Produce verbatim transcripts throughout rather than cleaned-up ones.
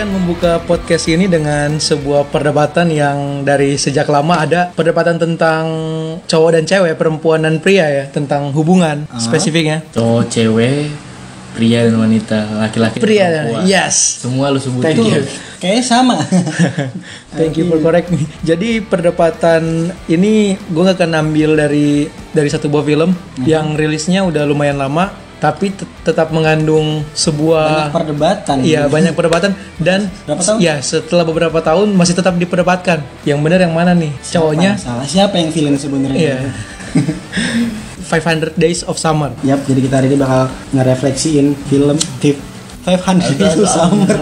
akan membuka podcast ini dengan sebuah perdebatan yang dari sejak lama ada. Perdebatan tentang cowok dan cewek, perempuan dan pria ya, tentang hubungan uh-huh. spesifiknya. Cowok, cewek, pria dan wanita, laki-laki pria dan perempuan. Yes. Semua lu sebutin. Thank you. Kayaknya sama. Thank you for correct me. Jadi perdebatan ini gue gak akan ambil dari dari satu buah film uh-huh. yang rilisnya udah lumayan lama, tapi t- tetap mengandung sebuah banyak perdebatan. Iya, banyak perdebatan dan ya setelah beberapa tahun masih tetap diperdebatkan. Yang benar yang mana nih? Siapa Cowoknya salah? Siapa yang villain sebenarnya? Iya. five hundred Days of Summer. Yap, jadi kita hari ini bakal ngerefleksiin film five hundred Days of Summer.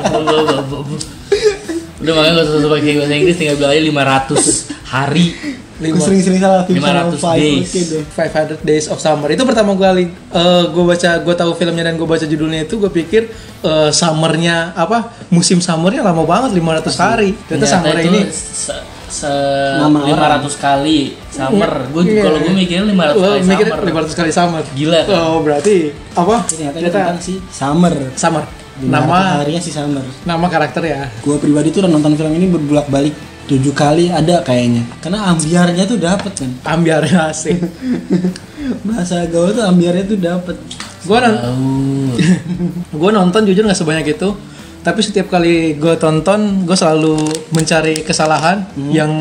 Udah makanya gak usah pakai bahasa Inggris, tinggal bilang aja lima ratus hari. Gue sering-sering salah lima ratus days. five hundred Days of Summer. Itu pertama kali uh, gue baca, gue tahu filmnya dan gue baca judulnya itu, gue pikir uh, summernya apa? Musim summernya lama banget, lima ratus hari. Ternyata summer ini se, se lima ratus kali summer. Gue yeah. Kalau gue mikirin lima ratus kali mikir summer. lima ratus kali summer. Gila kan? Oh, berarti apa? Ternyata itu tentang si Summer. Summer. Nama harinya si Summer. Nama karakter ya. Gue pribadi tuh udah nonton film ini berbolak-balik tujuh kali ada kayaknya. Karena ambiarnya tuh dapet kan. Ambiarnya asik. Bahasa gaul tuh ambiarnya tuh dapet. Gue nonton. Gue nonton jujur nggak sebanyak itu. Tapi setiap kali gue tonton, gue selalu mencari kesalahan hmm. yang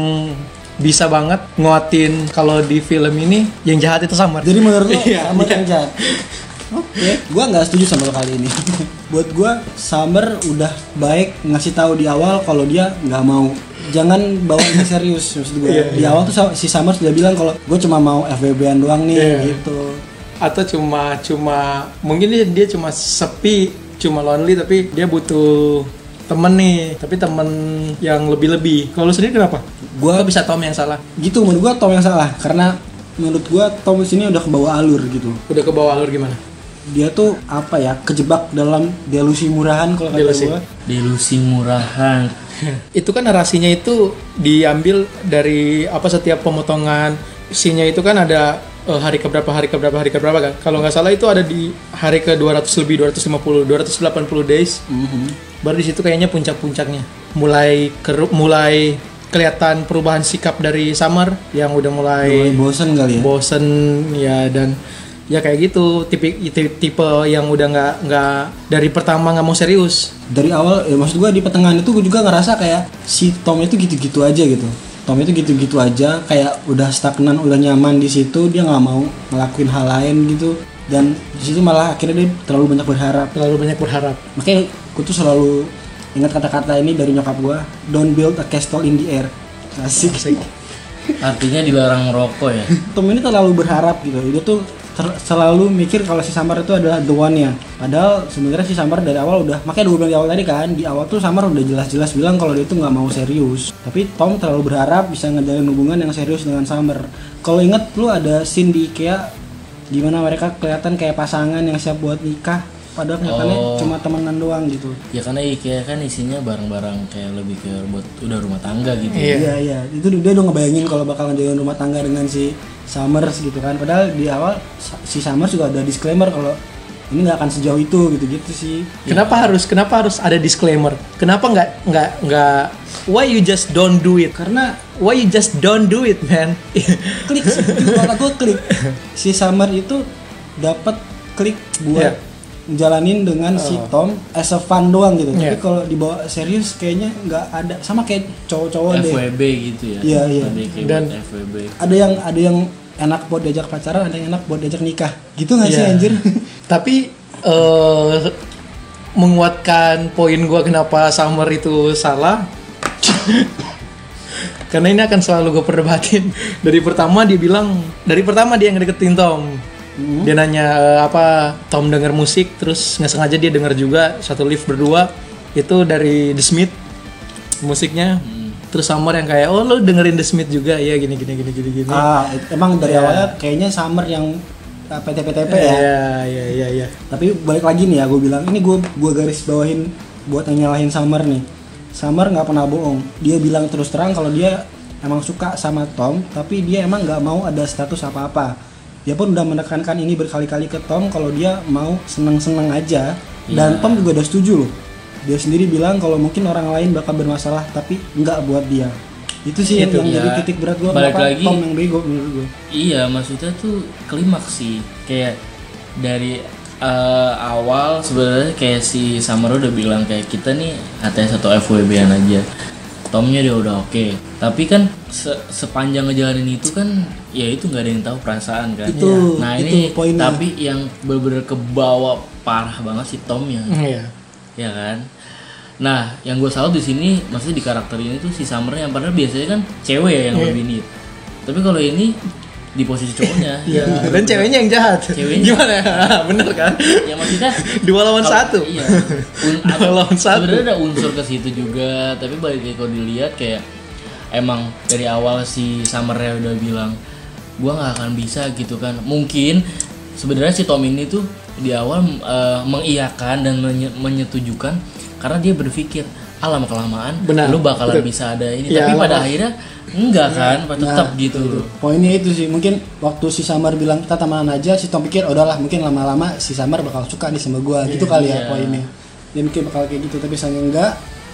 bisa banget nguatin kalau di film ini yang jahat itu Summer. Jadi menurut lo iya, Summer iya. yang jahat. Oke, okay. Gue nggak setuju sama lo kali ini. Buat gue Summer udah baik ngasih tahu di awal kalau dia nggak mau. Jangan bawa ini serius, maksud gue. Yeah, di yeah. awal tuh si Summer sudah bilang kalau gue cuma mau F W B-an doang nih, yeah. gitu. Atau cuma cuma mungkin dia, dia cuma sepi, cuma lonely, tapi dia butuh temen nih, tapi temen yang lebih-lebih. Kalau lu sendiri kenapa? Gua bisa Tom yang salah. Gitu, menurut gue Tom yang salah karena menurut gue Tom sini udah kebawa alur gitu. Udah kebawa alur gimana? Dia tuh apa ya, kejebak dalam delusi murahan kalau kata gue. Delusi murahan. Itu kan narasinya itu diambil dari apa, setiap pemotongan scene-nya itu kan ada uh, hari keberapa hari keberapa hari keberapa kan. Kalau nggak salah itu ada di hari ke dua ratus lebih, dua ratus lima puluh, dua ratus delapan puluh days. Mm-hmm. Baru di situ kayaknya puncak-puncaknya. Mulai keru- mulai kelihatan perubahan sikap dari Summer yang udah mulai, mulai bosen kali ya. Bosen ya, dan ya kayak gitu, tipe tipe yang udah nggak nggak dari pertama nggak mau serius. Dari awal ya, maksud gue di pertengahan itu gue juga ngerasa kayak si Tom itu gitu-gitu aja gitu. Tom itu gitu-gitu aja, kayak udah stagnan, udah nyaman di situ, dia nggak mau ngelakuin hal lain gitu. Dan di situ malah akhirnya dia terlalu banyak berharap. Terlalu banyak berharap. Makanya gue tuh selalu ingat kata-kata ini dari nyokap gue, don't build a castle in the air. Asik. Asik. Artinya dilarang merokok ya. Tom ini terlalu berharap gitu. Dia tuh ter- selalu mikir kalau si Summer itu adalah the one-nya. Padahal sebenarnya si Summer dari awal udah, makanya gue bilang di awal tadi kan, di awal tuh Summer udah jelas-jelas bilang kalau dia tuh nggak mau serius. Tapi Tom terlalu berharap bisa ngejalin hubungan yang serius dengan Summer. Kalau inget lu ada scene di IKEA gimana mereka kelihatan kayak pasangan yang siap buat nikah, padahal kenyataannya oh. cuma temenan doang gitu. Ya karena IKEA kan isinya barang-barang kayak lebih ke buat udah rumah tangga gitu. Iya iya, iya. Itu dia udah ngebayangin kalau bakal ngejalin rumah tangga dengan si Summers gitu kan. Padahal di awal si Summers juga ada disclaimer kalau ini nggak akan sejauh itu gitu-gitu sih. Kenapa ya. harus kenapa harus ada disclaimer? Kenapa nggak nggak nggak why you just don't do it? Karena why you just don't do it, man? Klik sih. Kalau gue klik si Summer itu dapat klik buat yeah. jalanin dengan oh. si Tom as a fun doang gitu. Yeah. Tapi kalau dibawa serius kayaknya nggak ada, sama kayak cowok-cowok deh. F W B gitu ya. Iya iya. Dan F W B. Ada yang ada yang enak buat diajak pacaran, ada yang enak buat diajak nikah. Gitu nggak yeah. sih anjir? Tapi uh, menguatkan poin gue kenapa Summer itu salah. Karena ini akan selalu gue perdebatin. Dari pertama dia bilang, dari pertama dia yang deketin Tom. Hmm. Dia nanya uh, apa Tom denger musik, terus nggak sengaja dia denger juga satu lift berdua itu dari The Smith musiknya. Hmm. Terus Summer yang kayak, oh lo dengerin The Smith juga ya, gini gini gini gini gini. Ah, emang dari yeah. awalnya kayaknya Summer yang P T P T P ya. Iya iya iya iya. Tapi balik lagi nih ya, gue bilang ini gue gue garis bawahin buat yang nyalahin Summer nih. Summer nggak pernah bohong. Dia bilang terus terang kalau dia emang suka sama Tom, tapi dia emang nggak mau ada status apa-apa. Dia pun udah menekankan ini berkali-kali ke Tom kalau dia mau seneng-seneng aja. Dan yeah. Tom juga udah setuju loh. dia sendiri bilang kalau mungkin orang lain bakal bermasalah tapi enggak buat dia. Itu sih Itu, yang ya. jadi titik berat gue Balik kenapa lagi. Tom yang bego menurut gue. Iya, maksudnya tuh klimaks sih. Kayak dari eh, awal sebenarnya kayak si Summer udah bilang kayak kita nih H T S atau F W B-an aja. Tomnya dia udah oke. Okay. Tapi kan se- sepanjang ngejalanin itu kan ya itu nggak ada yang tahu perasaan kan. Itu, nah itu ini poinnya. tapi yang bener-bener kebawa parah banget si Tomnya. Iya. Ya kan. Nah, yang gue salut di sini maksudnya di karakter ini tuh si Summer yang padahal biasanya kan cewek ya yang Iya. lebih lead. Tapi kalau ini di posisi cowoknya. Iya. Dan ceweknya yang jahat. Ceweknya. Gimana ya? Bener kan? Ya maksudnya Dua lawan kalau- satu. Iya. Un- Dua lawan satu. Sebenarnya ada unsur ke situ juga, tapi balik lagi kalau dilihat kayak emang dari awal si Summer udah bilang gua nggak akan bisa gitu kan. Mungkin sebenarnya si Tom ini tuh di awal eh, mengiyakan dan menye- menyetujukan karena dia berpikir alam kelamaan Benar, lu bakalan betul. bisa ada ini, Iya, tapi pada lama. akhirnya enggak kan, tetap Nah, gitu. itu. Poinnya itu sih, mungkin waktu si Summer bilang kita temenan aja, si Tom pikir oh, udahlah mungkin lama-lama si Summer bakal suka nih sama gua, gitu kali Iya. ya poinnya. Dia mungkin bakal kayak gitu, tapi sayangnya enggak.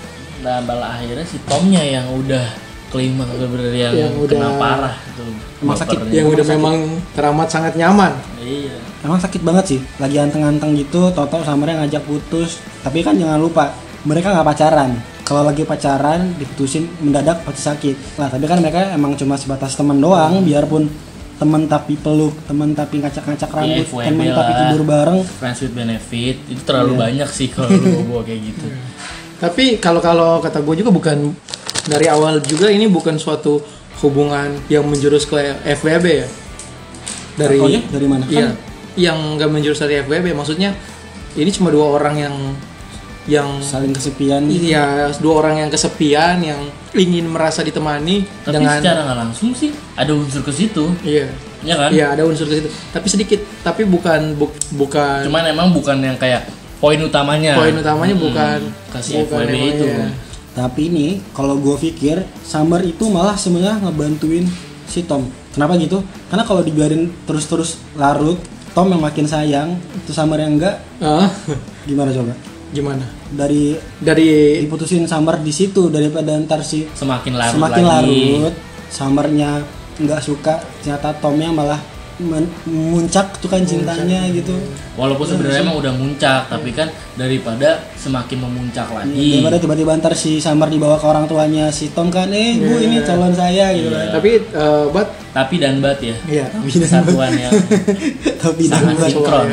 Dan pada akhirnya si Tomnya yang udah kelima bener-bener yang, Yang udah- kena parah tuh. Emang sakit, bapernya. Yang udah memang teramat sangat nyaman. Iya. Emang sakit banget sih, lagi anteng-anteng gitu, tau-tau Summernya ngajak putus. Tapi kan jangan lupa, mereka nggak pacaran. Kalau lagi pacaran, diputusin mendadak pasti sakit. Nah, tapi kan mereka emang cuma sebatas teman doang, biarpun teman tapi peluk, teman tapi ngacak-ngacak rambut, F W B teman tapi lah. tidur bareng. Friends with benefit itu terlalu Iya. banyak sih kalau lu bawa kayak gitu. Tapi kalau kalau kata gue juga bukan dari awal juga ini bukan suatu hubungan yang menjurus ke F W B ya. Dari Contohnya dari mana? Iya, Kan yang nggak menjurus dari F W B, maksudnya ini cuma dua orang yang yang saling kesepian. iya dua orang yang kesepian yang ingin merasa ditemani Tapi dengan secara nggak langsung sih ada unsur ke situ, iya ya kan? iya ada unsur ke situ tapi sedikit tapi bukan bu- bukan Cuman emang bukan yang kayak poin utamanya. poin utamanya bukan kasih bukan F W B emang itu. iya. Tapi ini kalau gue pikir Summer itu malah sebenarnya ngebantuin si Tom. Kenapa gitu? Karena kalau dibiarin terus-terus larut, Tom yang makin sayang, itu Summer yang enggak, Ah, gimana coba? gimana Dari dari diputusin Summer di situ daripada ntar si Semakin larut semakin lagi. larut, Summernya nggak suka, ternyata Tomnya malah men- muncak tuh kan cintanya gitu. Walaupun sebenarnya emang udah muncak, tapi kan daripada semakin memuncak lagi. Daripada tiba-tiba ntar si Summer dibawa ke orang tuanya si Tom kan, eh bu ini calon saya gitu Iya. kan. tapi eh, but Tapi dan bat ya. iya Kesatuan yang Tapi sangat dan- sinkron.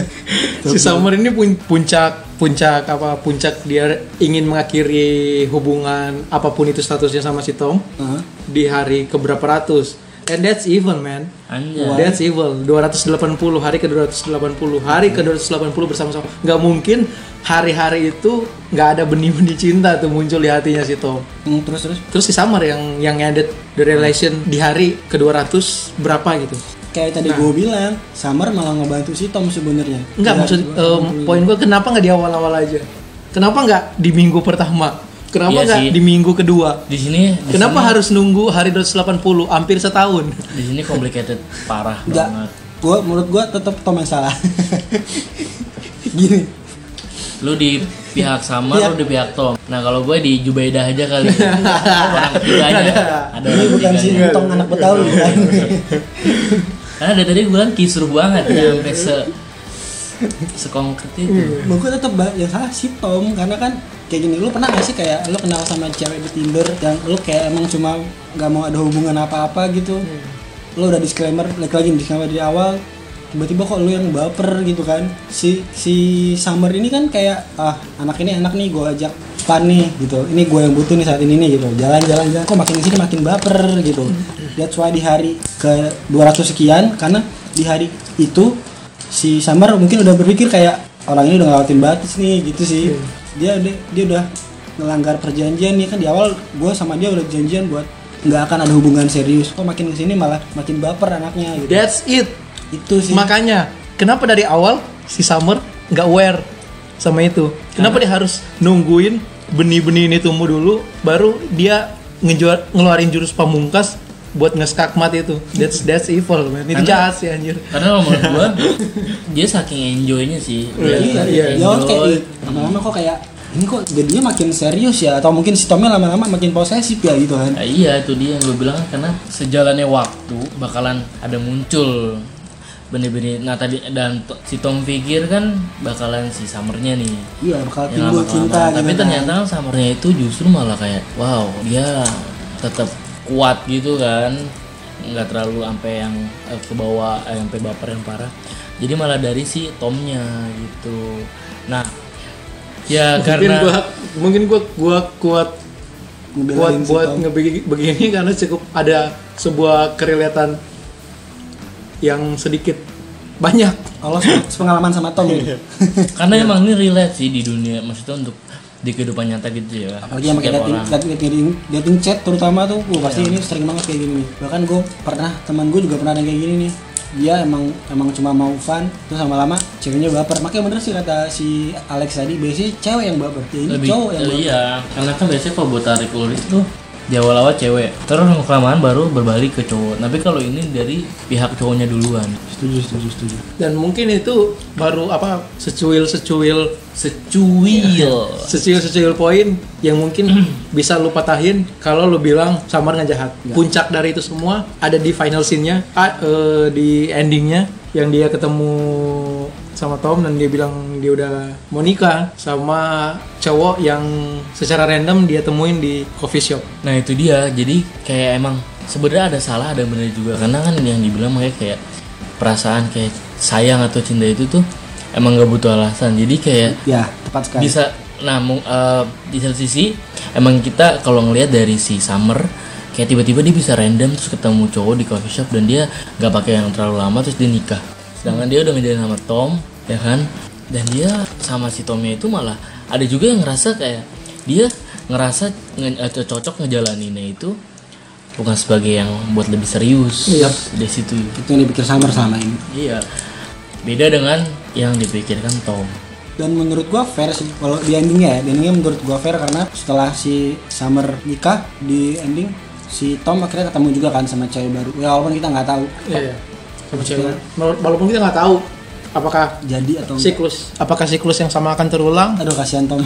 si Summer ini pun puncak puncak apa puncak dia ingin mengakhiri hubungan apapun itu statusnya sama si Tom Hah? di hari keberapa ratus and that's evil man. Anjay. That's evil. dua ratus delapan puluh hari ke dua ratus delapan puluh hari ke dua ratus delapan puluh bersama-sama. Nggak mungkin hari-hari itu nggak ada benih-benih cinta tuh muncul di hatinya si Tom. Hmm, terus terus Terus si Summer yang yang ended the relation di hari ke dua ratus berapa gitu. kayak tadi Nah. gue bilang, Summer malah ngebantu si Tom sebenarnya. Enggak Iya, maksud gua- em, poin gue kenapa nggak di awal-awal aja? Kenapa nggak di minggu pertama? Kenapa Iya nggak sih. di minggu kedua? Di sini di Kenapa sini- harus nunggu hari dua ratus delapan puluh hampir setahun? di sini complicated parah Enggak, banget. gua menurut gua tetap Tom yang salah. Gini, Lu di pihak Summer, Pihak- lu di pihak Tom. Nah, kalau gue di Jubaidah aja kali. Orang ketiganya. Ada ini orang bukan si ketiganya. Tong anak Betawi kan. Karena dari tadi gue bilang kisruh banget ya sampai se sekonkret itu. Menurut gua tetap ba- yang salah si Tom karena kan kayak gini, lu pernah gak sih kayak lu kenal sama cewek di Tinder yang lu kayak emang cuma nggak mau ada hubungan apa-apa gitu. Lu udah disclaimer, lagi-lagi disclaimer di awal, tiba-tiba kok lu yang baper gitu kan. Si si Summer ini kan kayak ah anak ini enak nih, gue ajak fun nih gitu, ini gue yang butuh nih saat ini nih gitu, jalan-jalan jalan kok makin kesini makin baper gitu. That's why di hari ke dua ratus sekian, karena di hari itu si Summer mungkin udah berpikir kayak orang ini udah ngelawatin batas nih gitu sih. Dia dia dia udah melanggar perjanjian nih kan, di awal gue sama dia udah janjian buat nggak akan ada hubungan serius, kok makin kesini malah makin baper anaknya gitu. That's it. Itu sih. Makanya kenapa dari awal si Summer nggak aware sama itu? Kenapa dia harus nungguin benih-benih ini tumbuh dulu, baru dia ngejual, ngeluarin jurus pamungkas buat ngeskakmat itu? That's that's evil man. Itu Karena- jahat sih anjir. Karena menurut gue dia saking enjoynya sih. Iya, Dia iya. Ya kan kayak enjoy. ih, lama-lama kok kayak ini kok jadinya makin serius ya, atau mungkin si Tomnya lama-lama makin posesif ya gitu kan. Nah, iya itu dia yang gue bilang, karena sejalannya waktu bakalan ada muncul bener-bener. Nah tadi dan to, si Tom pikir kan bakalan si Summernya nih Iya bakal yang timbul lama-kelamaan. cinta gitu Tapi kan. ternyata Summernya itu justru malah kayak wow, dia tetap kuat gitu kan, nggak terlalu sampai yang eh, ke bawah, eh, sampai baper yang parah. Jadi malah dari si Tomnya gitu. Nah ya mungkin karena gua mungkin gua gua kuat buat Ngebelain si buat Tom. ngebegi- begini karena cukup ada sebuah kerelatan yang sedikit banyak. Allah pengalaman sama Tom gitu. karena emang ini relate sih di dunia, maksudnya untuk di kehidupan nyata gitu ya. Apalagi yang pakai Setiap dating, orang. dating, dating, dating chat terutama tuh, gue pasti Iya. ini sering banget kayak gini nih. Bahkan gue pernah, teman gue juga pernah ada yang kayak gini nih. Dia emang emang cuma mau fun, terus lama-lama ceweknya baper. Makanya bener sih kata si Alex tadi, biasanya cewek yang baper. Ya, ini Lebih cowok yang eh, baper. iya, karena kan biasanya kalau buat tarik ulur itu di awal-awal cewek, terus kelamaan baru berbalik ke cowok. Tapi kalau ini dari pihak cowoknya duluan. Setuju, setuju, setuju. Dan mungkin itu baru apa secuil-secuil Secuil. secuil-secuil poin yang mungkin bisa lu patahin kalau lu bilang Summer nggak jahat. Puncak dari itu semua ada di final scene-nya, ah, eh, di ending-nya yang dia ketemu sama Tom dan dia bilang dia udah mau nikah sama cowok yang secara random dia temuin di coffee shop. Nah itu dia, jadi kayak emang sebenarnya ada salah ada benar juga, karena kan yang dibilang makanya kayak perasaan kayak sayang atau cinta itu tuh emang gak butuh alasan. Jadi kayak Ya, tepat sekali. bisa, nah mung- eh, di satu sisi emang kita kalau ngelihat dari si Summer kayak tiba-tiba dia bisa random terus ketemu cowok di coffee shop dan dia nggak pakai yang terlalu lama terus dia nikah. Sedangkan dia udah ngejalin sama Tom, ya kan? Dan dia sama si Tomnya itu malah ada juga yang ngerasa kayak dia ngerasa nge- eh, cocok ngejalaninnya itu bukan sebagai yang buat lebih serius. Iya. Di situ. Itu yang dipikir Summer sama ini. Iya. Beda dengan yang dipikirkan Tom. Dan menurut gua fair sih kalau di endingnya ya. Di endingnya menurut gua fair karena setelah si Summer nikah di ending, si Tom akhirnya ketemu juga kan sama cewek baru. Ya walaupun kita nggak tahu Iya. Sama cewek. Walaupun kita nggak tahu apakah jadi atau enggak. siklus apakah siklus yang sama akan terulang. Aduh kasihan Tom.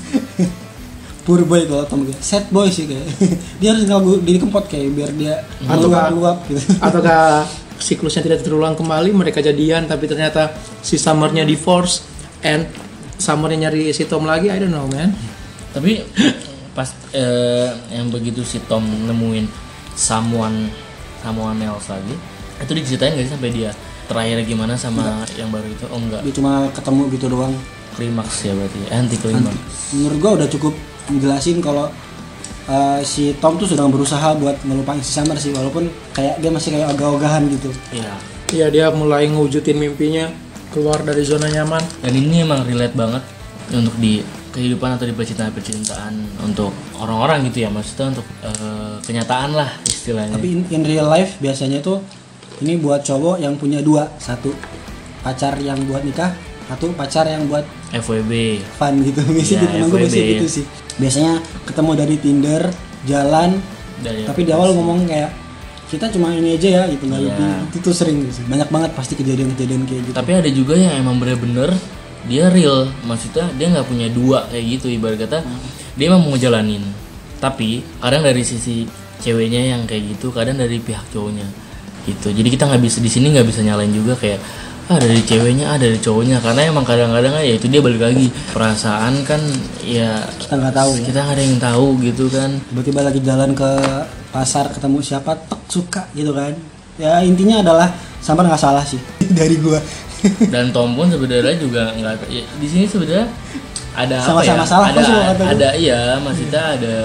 Poor boy kalau Tom gitu. Sad boy sih kayak. Dia harus ngelagu diri kempot kayak biar dia Atau luap-luap gitu. Ataukah siklusnya tidak terulang kembali, mereka jadian tapi ternyata si Summernya divorce and Summernya nyari si Tom lagi, I don't know man. Tapi pas eh, yang begitu si Tom nemuin someone someone else lagi, itu diceritain gak sih sampai dia terakhir gimana sama yang baru itu? Oh enggak, Dia cuma ketemu gitu doang. klimaks ya berarti, eh, anti klimaks. Menurut gua udah cukup menjelasin kalau uh, si Tom tuh sedang berusaha buat ngelupain si Summer sih, walaupun kayak dia masih kayak ogah-ogahan gitu. Iya. Iya, dia mulai ngewujudin mimpinya keluar dari zona nyaman. Dan ini emang relate banget untuk di kehidupan atau di percintaan-percintaan untuk orang-orang gitu ya, maksudnya untuk eh, kenyataan lah istilahnya. Tapi in, in real life biasanya tuh ini buat cowok yang punya dua, satu pacar yang buat nikah, satu pacar yang buat F W B. fun gitu. Biasanya Ya, di temen gue F W B. biasanya gitu sih. Biasanya ketemu dari Tinder, jalan, Dari tapi di awal ngomong kayak kita cuma ini aja ya gitu, nggak Iya. lebih. Itu tuh sering sih. Banyak banget pasti kejadian-kejadian kayak gitu. Tapi ada juga yang emang bener-bener dia real, maksudnya dia nggak punya dua kayak gitu, ibarat kata dia emang mau ngejalanin. Tapi kadang dari sisi ceweknya yang kayak gitu, kadang dari pihak cowoknya gitu. Jadi kita nggak bisa di sini nggak bisa nyalain juga kayak ah dari ceweknya, ah dari cowoknya, karena emang kadang-kadang ya itu dia balik lagi perasaan kan ya Kita nggak tahu ya. kita nggak ada yang tahu gitu kan. Tiba-tiba lagi jalan ke pasar ketemu siapa, tek suka gitu kan. Ya intinya adalah Summer nggak salah sih dari gua. Dan Tom pun sebenarnya juga nggak ya, di sini sebenarnya ada Sama-sama apa ya? salah ada kok sih kalau kata gue. ada iya maksudnya ada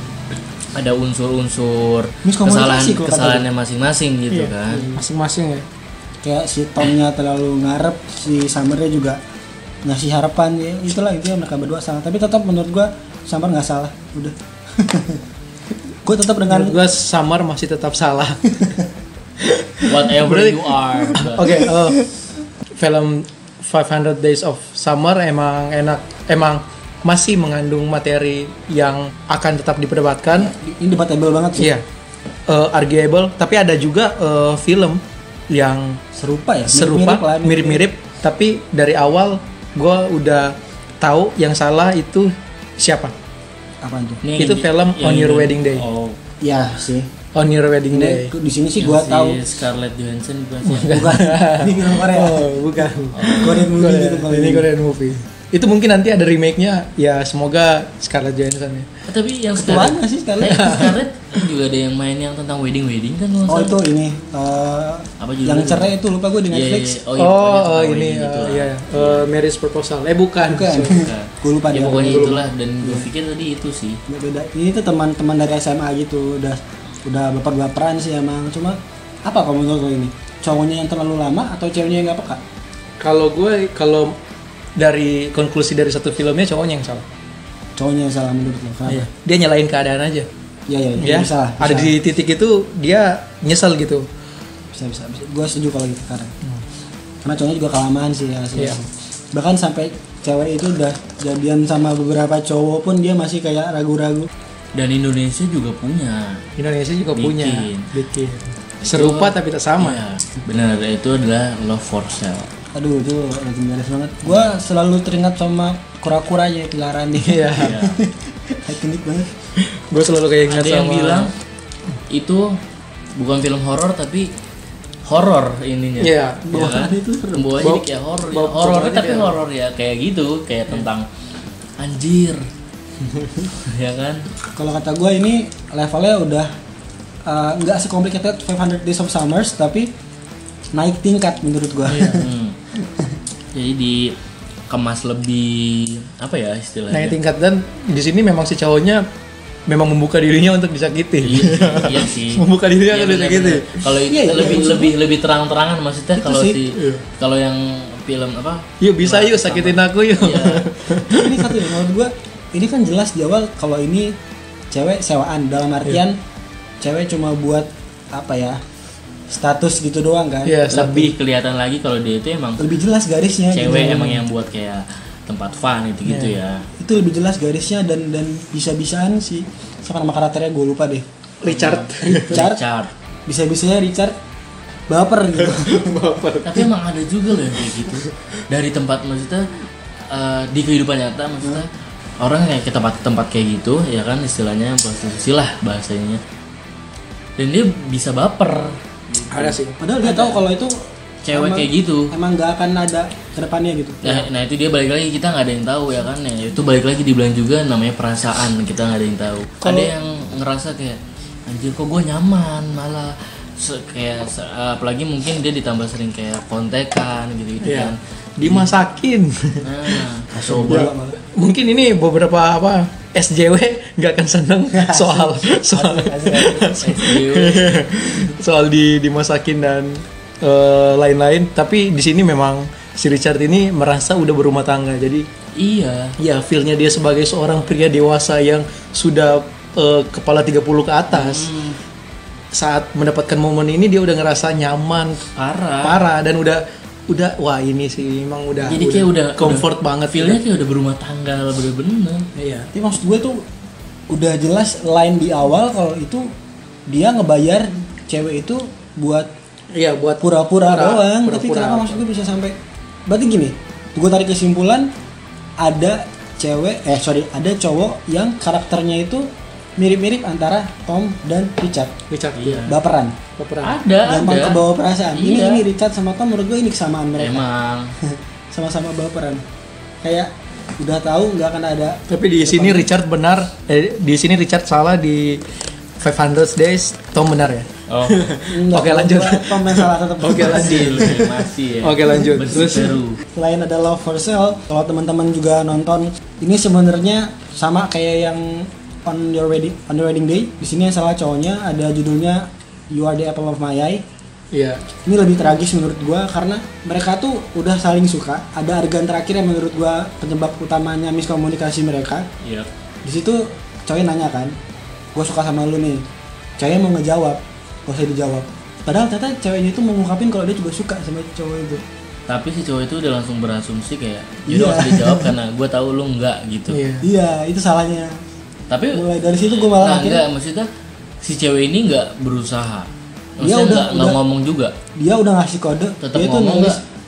ada unsur-unsur Miskomunikasi kesalahan kalau kata kesalahannya masing-masing gitu Iya, kan. masing-masing ya. Kayak si Tomnya terlalu ngarep, si Summernya juga ngasih harapan ya. Itulah intinya mereka berdua salah. Tapi tetap menurut gua Summer nggak salah. Udah. Gue tetap dengan Menurut gua Summer masih tetap salah. Whatever Berarti- you are. Oke, eh, film five hundred Days of Summer emang enak, emang masih mengandung materi yang akan tetap diperdebatkan. ini debatable banget sih. Iya, eh, arguable. Tapi ada juga eh, film yang Serupa ya. serupa, mirip-mirip lah, mirip-mirip. Tapi dari awal gue udah tahu yang salah itu Siapa? Apaan tuh? Nih, Itu di- film yang On Your ini- Wedding Day. Oh, Ya sih. On Your Wedding Day. Ini, di sini sih yang gua si tahu. Scarlett Johansson bukan sih? Bukan. Ini film Korea. Oh, bukan. Korean movie Korea. gitu kalau Ini ini. Korean movie. Itu mungkin nanti ada remake-nya, ya semoga Scarlett Johansson ya. Ah, tapi yang Ketuaan Scarlett, nggak sih Scarlett? Nah, itu Scarlett kan juga ada yang main yang tentang wedding wedding kan kalau nggak Oh salah. itu ini eh, Apa judulnya? yang cerai itu lupa gue di Iya, Netflix. iya. Oh, Oh, iya, pokoknya oh, tentang ini wedding uh, gitu lah. iya, uh, marriage proposal. Eh bukan. Bukan. Bukan. Gue lupa Ya dia. pokoknya Gua lupa. itulah, dan gue pikir tadi itu sih. Nggak beda. Ini tuh teman-teman dari S M A gitu udah udah baper-baperan sih emang. Cuma apa kalau menurut lo ini? Cowoknya yang terlalu lama atau ceweknya yang nggak peka? Kalau gue kalau dari konklusi dari satu filmnya cowoknya yang salah. Cowoknya yang salah menurut lo. Kenapa? Iya. Dia nyalain keadaan aja. Iya iya. Ya, Bisa lah. ada bisa. di titik itu dia nyesel gitu. bisa bisa, bisa. Gue setuju kalau gitu sekarang. Karena cowoknya juga kelamaan sih ya. Iya. Bahkan sampai cewek itu udah jadian sama beberapa cowok pun dia masih kayak ragu-ragu. Dan Indonesia juga punya. Indonesia juga Bikin. punya bikin serupa tapi tak sama. Iya, benar, itu adalah Love for Sale. Aduh itu legendaris banget. Gue selalu teringat sama kura-kura aja Kilaran nih. Iya. Iya. Ikonik banget. Gue selalu kayak ingat Ada sama yang bilang itu bukan film horor tapi horor ininya. Iya. Ya Bawaan kan? itu serem. Pembawaannya Bawa- ini kayak horor. Ya. bawa- Horornya bawaannya tapi dia- horor ya kayak gitu, kayak tentang anjir. Ya kan? Kalau kata gue ini levelnya udah uh, nggak sekomplikated five hundred Days of Summers tapi naik tingkat menurut gue. Hmm. Jadi dikemas lebih apa ya istilahnya? naik tingkat, dan di sini memang si cowoknya memang membuka dirinya untuk disakiti. Iya sih, iya sih. Membuka dirinya Iya, untuk disakiti. benar-benar. Kalau itu Iya, iya, lebih maksud lebih lebih terang-terangan maksudnya Itu kalau sih. si Iya. kalau yang film apa? Yuk bisa yuk Sama- sakitin aku yuk. Iya. Ini satu ya menurut gue ini kan jelas di awal kalau ini cewek sewaan dalam artian cewek cuma buat apa ya status gitu doang kan. Iya, Lebih kelihatan lagi kalau dia itu emang Lebih jelas garisnya. cewek gitu. emang yang buat kayak tempat fun gitu gitu ya. Itu lebih jelas garisnya dan dan bisa-bisaan sih. Siapa nama karakternya gue lupa deh. Richard. Richard. Richard. Bisa-bisanya Richard baper gitu. Tapi emang ada juga loh yang kayak gitu. Dari tempat maksudnya eh, di kehidupan nyata maksudnya orang yang ke tempat-tempat kayak gitu ya kan istilahnya prostitusi lah bahasanya. Dan dia bisa baper. Ada sih. Padahal dia tahu kalau itu Cewek emang- kayak gitu. Emang nggak akan ada kedepannya gitu. Nah, nah itu dia balik lagi kita nggak ada yang tahu ya kan ya itu balik lagi dibilang juga namanya perasaan kita nggak ada yang tahu. Kalau- Ada yang ngerasa kayak anjir kok gue nyaman malah se- kayak se- apalagi mungkin dia ditambah sering kayak kontekan gitu gitu Iya. kan. Dimasakin. Nah, Ya, coba mungkin ini beberapa apa S J W nggak akan seneng soal soal soal di dimasakin dan eh, lain-lain. Tapi di sini memang si Richard ini merasa udah berumah tangga. Jadi iya. ya feel-nya dia sebagai seorang pria dewasa yang sudah eh, kepala tiga puluh ke atas. Hmm, Saat mendapatkan momen ini dia udah ngerasa nyaman parah. parah dan udah udah wah ini sih emang udah Jadi kayak udah comfort udah, banget Feelnya kayak udah berumah tangga bener-bener. iya. Tapi maksud gue tuh udah jelas line di awal kalau itu dia ngebayar cewek itu buat Iya buat pura-pura Pura- doang. pura-pura Tapi kenapa apa? maksud gue bisa sampai berarti gini, gue tarik kesimpulan ada cewek eh sorry ada cowok yang karakternya itu mirip-mirip antara Tom dan Richard, Richard Iya. baperan, baperan. Ada, gampang ada. kebawa perasaan. Ini Iya. ini Richard sama Tom menurut gue ini kesamaan mereka, Emang. sama-sama baperan. Kayak udah tahu nggak akan ada. Tapi di sini Richard benar, eh, di sini Richard salah, di five hundred Days Tom benar ya. Oh. Nggak, Oke, lanjut. gua Tom yang salah tetap. Oke, lanjut. Masih, masih ya. Oke, lanjut. Bersih Terus? baru. Selain ada Love for Sale, kalau teman-teman juga nonton, ini sebenarnya sama kayak yang on your wedding on your wedding day. Di sini yang salah cowoknya ada judulnya You Are the Apple of My Eye. Iya. Ini lebih tragis menurut gua karena mereka tuh udah saling suka. Ada adegan terakhir yang menurut gua penyebab utamanya miskomunikasi mereka. Iya. Di situ cowoknya nanya kan, gue suka sama lu nih. Ceweknya mau ngejawab, gak usah dijawab. Padahal ternyata ceweknya itu mau ngungkapin kalau dia juga suka sama cowok itu. Tapi si cowok itu udah langsung berasumsi kayak Iya. yaudah usah dijawab karena gue tahu lu enggak gitu. Iya. Iya, itu salahnya. Tapi Mulai dari situ gue malah nah, akhirnya enggak, maksudnya si cewek ini enggak berusaha. Dia Maksudnya udah- enggak, enggak udah- ngomong juga. dia udah ngasih kode. Tetap Dia tuh ngomong nulis,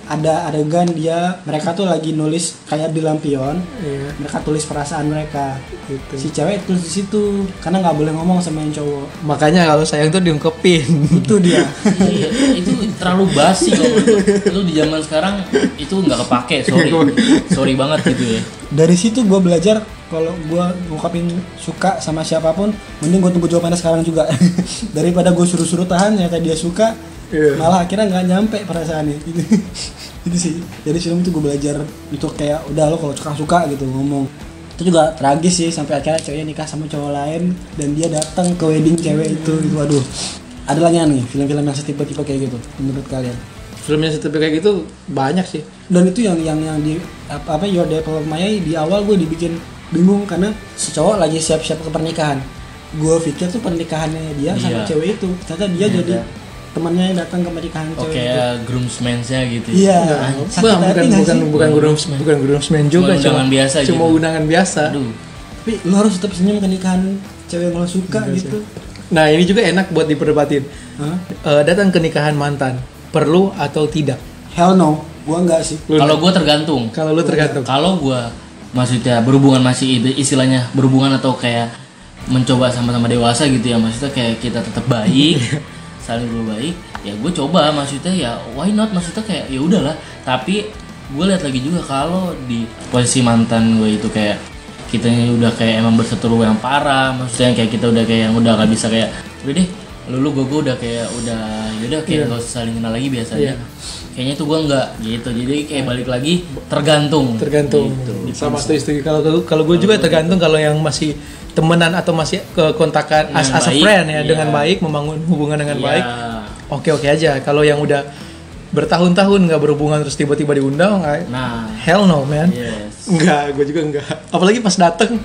ada adegan dia mereka tuh lagi nulis kayak di lampion, Iya. mereka tulis perasaan mereka gitu. Si cewek tulis di situ karena nggak boleh ngomong sama yang cowok. Makanya kalau sayang tuh diungkepin. Itu dia. Iya, itu terlalu basi kalau itu. Itu di zaman sekarang itu nggak kepake, sorry. Sorry banget gitu ya. Dari situ gue belajar kalau gue ngungkapin suka sama siapapun, mending gue tunggu jawabannya sekarang juga daripada gue suruh-suruh tahan ternyata dia suka. Yeah. Malah akhirnya nggak nyampe perasaannya gitu. Itu sih dari film itu gue belajar untuk kayak udah lo kalau suka suka gitu ngomong. Itu juga tragis sih sampai akhirnya ceweknya nikah sama cowok lain dan dia datang ke wedding cewek itu. Itu aduh, ada lagi nih film-film yang setipe-tipe kayak gitu menurut kalian? Film yang setipe kayak gitu banyak sih. Dan itu yang yang yang di apa, apa Your Day of My Eye di awal gue dibikin bingung karena si cowok lagi siap-siap ke pernikahan. Gue pikir tuh pernikahannya dia sama Iya. cewek itu, ternyata dia Iya, jadi ada. temannya yang datang ke pernikahan Oh, cewek itu. kayak groomsmen-nya gitu. Iya. Bukan, Sakit hati bukan, nggak bukan, sih? bukan groomsmen, bukan groomsmen juga, Cuma undangan biasa cuma gitu. undangan biasa. Aduh. Tapi lu harus tetap senyum ke nikahan cewek yang lo suka Iya gitu. Nah ini juga enak buat diperdebatin. Hah? Eh, datang ke nikahan mantan, perlu atau tidak? Hell no, gua enggak sih. Lu- Kalau gue tergantung. Kalau lu tergantung. Kalau gue maksudnya berhubungan masih ide- istilahnya berhubungan atau kayak mencoba sama-sama dewasa gitu ya, maksudnya kayak kita tetap baik, saling dulu baik, ya gue coba maksudnya ya why not, maksudnya kayak ya udahlah. Tapi gue lihat lagi juga kalau di posisi mantan gue itu kayak kitanya udah kayak emang berseteru yang parah, maksudnya kayak kita udah kayak yang udah gak bisa kayak udah deh lulu gue gue udah kayak udah yaudah kayak Iya. gak usah saling kenal lagi biasa aja. Iya. Kayaknya tuh gue enggak gitu, jadi kayak balik lagi tergantung. Tergantung. Gitu. Sama setuju. Kalau kalau gue juga tergantung kalau yang masih temenan atau masih ke kontakan as, Dengan as a baik, friend ya iya. dengan baik, membangun hubungan dengan Iya. baik. Oke-oke aja. Kalau yang udah bertahun-tahun nggak berhubungan terus tiba-tiba diundang, I- Nah, hell no man. yes. Enggak, gue juga enggak. Apalagi pas dateng,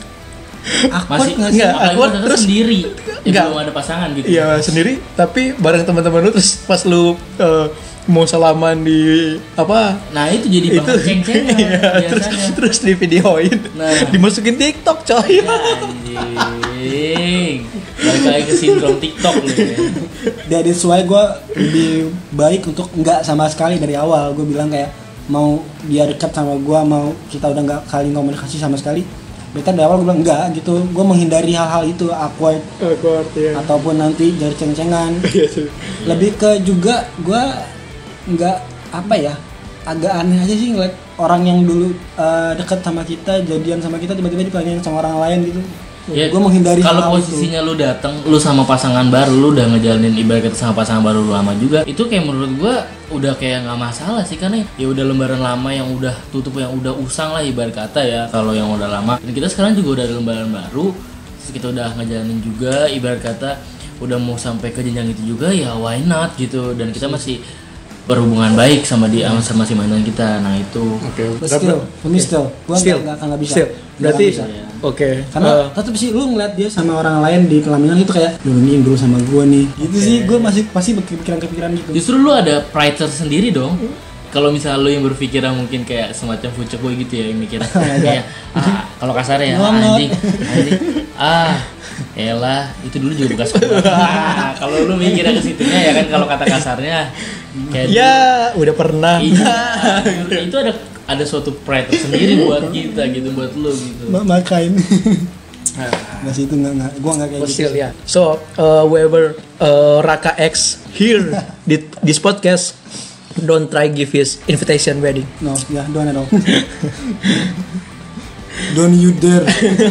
Awkward Masih nggak sih? Enggak, apalagi awkward pas terus- sendiri. Ya, Enggak. belum ada pasangan gitu. iya sendiri, tapi bareng teman-teman lu terus pas lu eh, mau salaman di apa? Nah, itu jadi Itu bahan ceng-cengan iya, terus biasanya. terus di videoin, Nah. dimasukin TikTok coy. Ya, anjing. Balik lagi ke sindrom TikTok lu ya. That's why gue lebih baik untuk enggak sama sekali dari awal. Gue bilang kayak mau dia dekat sama gue, mau kita udah nggak kali komunikasi sama sekali. Better dari awal gue bilang enggak gitu. Gue menghindari hal-hal itu awkward Awkward ya. ataupun nanti jadi ceng-cengan. Iya sih. Lebih ke juga gue nggak apa ya, agak aneh aja sih ngeliat orang yang dulu uh, deket sama kita, jadian sama kita tiba-tiba dipanggilin sama orang lain gitu. Ya, Gue menghindari kalau hal-hal itu. posisinya lu datang, lu sama pasangan baru, lu udah ngejalanin ibarat kata sama pasangan baru lu lama juga. Itu kayak menurut gua udah kayak nggak masalah sih, karena ya udah lembaran lama yang udah tutup, yang udah usang lah ibarat kata ya. Kalau yang udah lama, dan kita sekarang juga udah ada lembaran baru, terus kita udah ngejalanin juga ibarat kata udah mau sampai ke jenjang itu juga, ya why not gitu. Dan kita masih berhubungan baik sama dia, sama si mantan kita. Nah itu. Oke. But still, for me still, gue Still. nggak nggak bisa. Still. Nggak Berarti bisa. oke. Karena Eh, tetap sih lu ngeliat dia sama orang lain di pelaminan itu kayak dulu nih dulu sama gue nih. Gitu sih, gue masih pasti berpikiran-kepikiran gitu. Justru lu ada pride tersendiri dong. Kalau misalnya lu yang berpikiran mungkin kayak semacam fucek boy gitu ya, yang mikir kayak ah, kalau kasarnya ya No, ah, no. anjing, anjing, ah, elah itu dulu juga bekas gua. Ah, kalau lu mikirnya ke situnya ya kan, kalau kata kasarnya kayak ya udah pernah. iya, itu ada ada suatu pride tersendiri buat kita gitu, buat lu gitu. Ma- Makain. Nggak sih itu nggak nggak, gue nggak kayak gitu. Still ya. So uh, whoever uh, Raka X here di this podcast, don't try give his invitation wedding. No, ya don't at all. Don't you dare.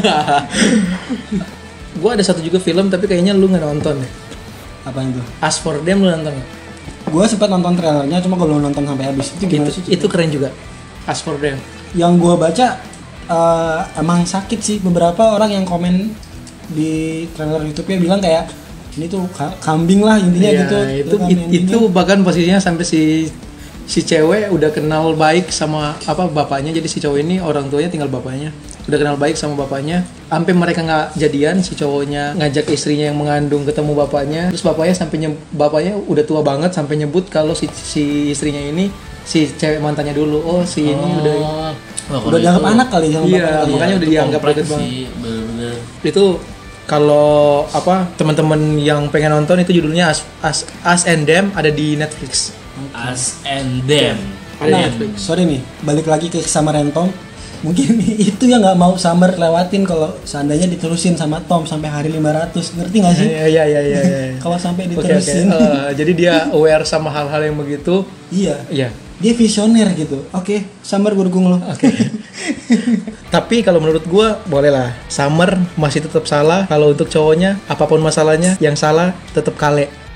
Gue ada satu juga film tapi kayaknya lu nggak nonton deh. Apa itu? As for Them lu nonton nggak? Gue sempat nonton trailernya, cuma gue belum nonton sampai habis. Itu gimana Itu, sih? itu keren juga. As for Them. Yang gue baca eh, emang sakit sih. Beberapa orang yang komen di trailer YouTube-nya bilang kayak ini tuh ka- kambing lah intinya Iya, gitu. itu kan it- endingnya. itu bahkan posisinya sampai si si cewek udah kenal baik sama apa bapaknya, jadi si cowok ini orang tuanya tinggal bapaknya udah kenal baik sama bapaknya, sampai mereka nggak jadian, si cowoknya ngajak istrinya yang mengandung ketemu bapaknya, terus bapaknya sampai nyeb- bapaknya udah tua banget sampai nyebut kalau si si istrinya ini si cewek mantannya dulu, oh si ini udah Oh, wah, kalau udah dianggap itu- anak kali sama Iya, bapaknya. makanya udah itu dianggap kompleks deket banget. sih, bener-bener. itu kalau apa teman-teman yang pengen nonton itu judulnya As, As, Us and Them, ada di Netflix. Us and Them. Ada Nah, Netflix. sorry nih, balik lagi ke Summer and Tom. Mungkin itu yang nggak mau Summer lewatin kalau seandainya diterusin sama Tom sampai hari lima ratus. Ngerti nggak sih? Iya iya iya iya. iya. Kalau sampai Oke oke. diterusin. Eh, jadi dia aware sama hal-hal yang begitu. Iya. Iya. Dia visioner gitu. Oke, Summer gue dukung lo. Oke. Tapi kalau menurut gua boleh lah. Summer masih tetap salah. Kalau untuk cowoknya apapun masalahnya yang salah tetap Kale.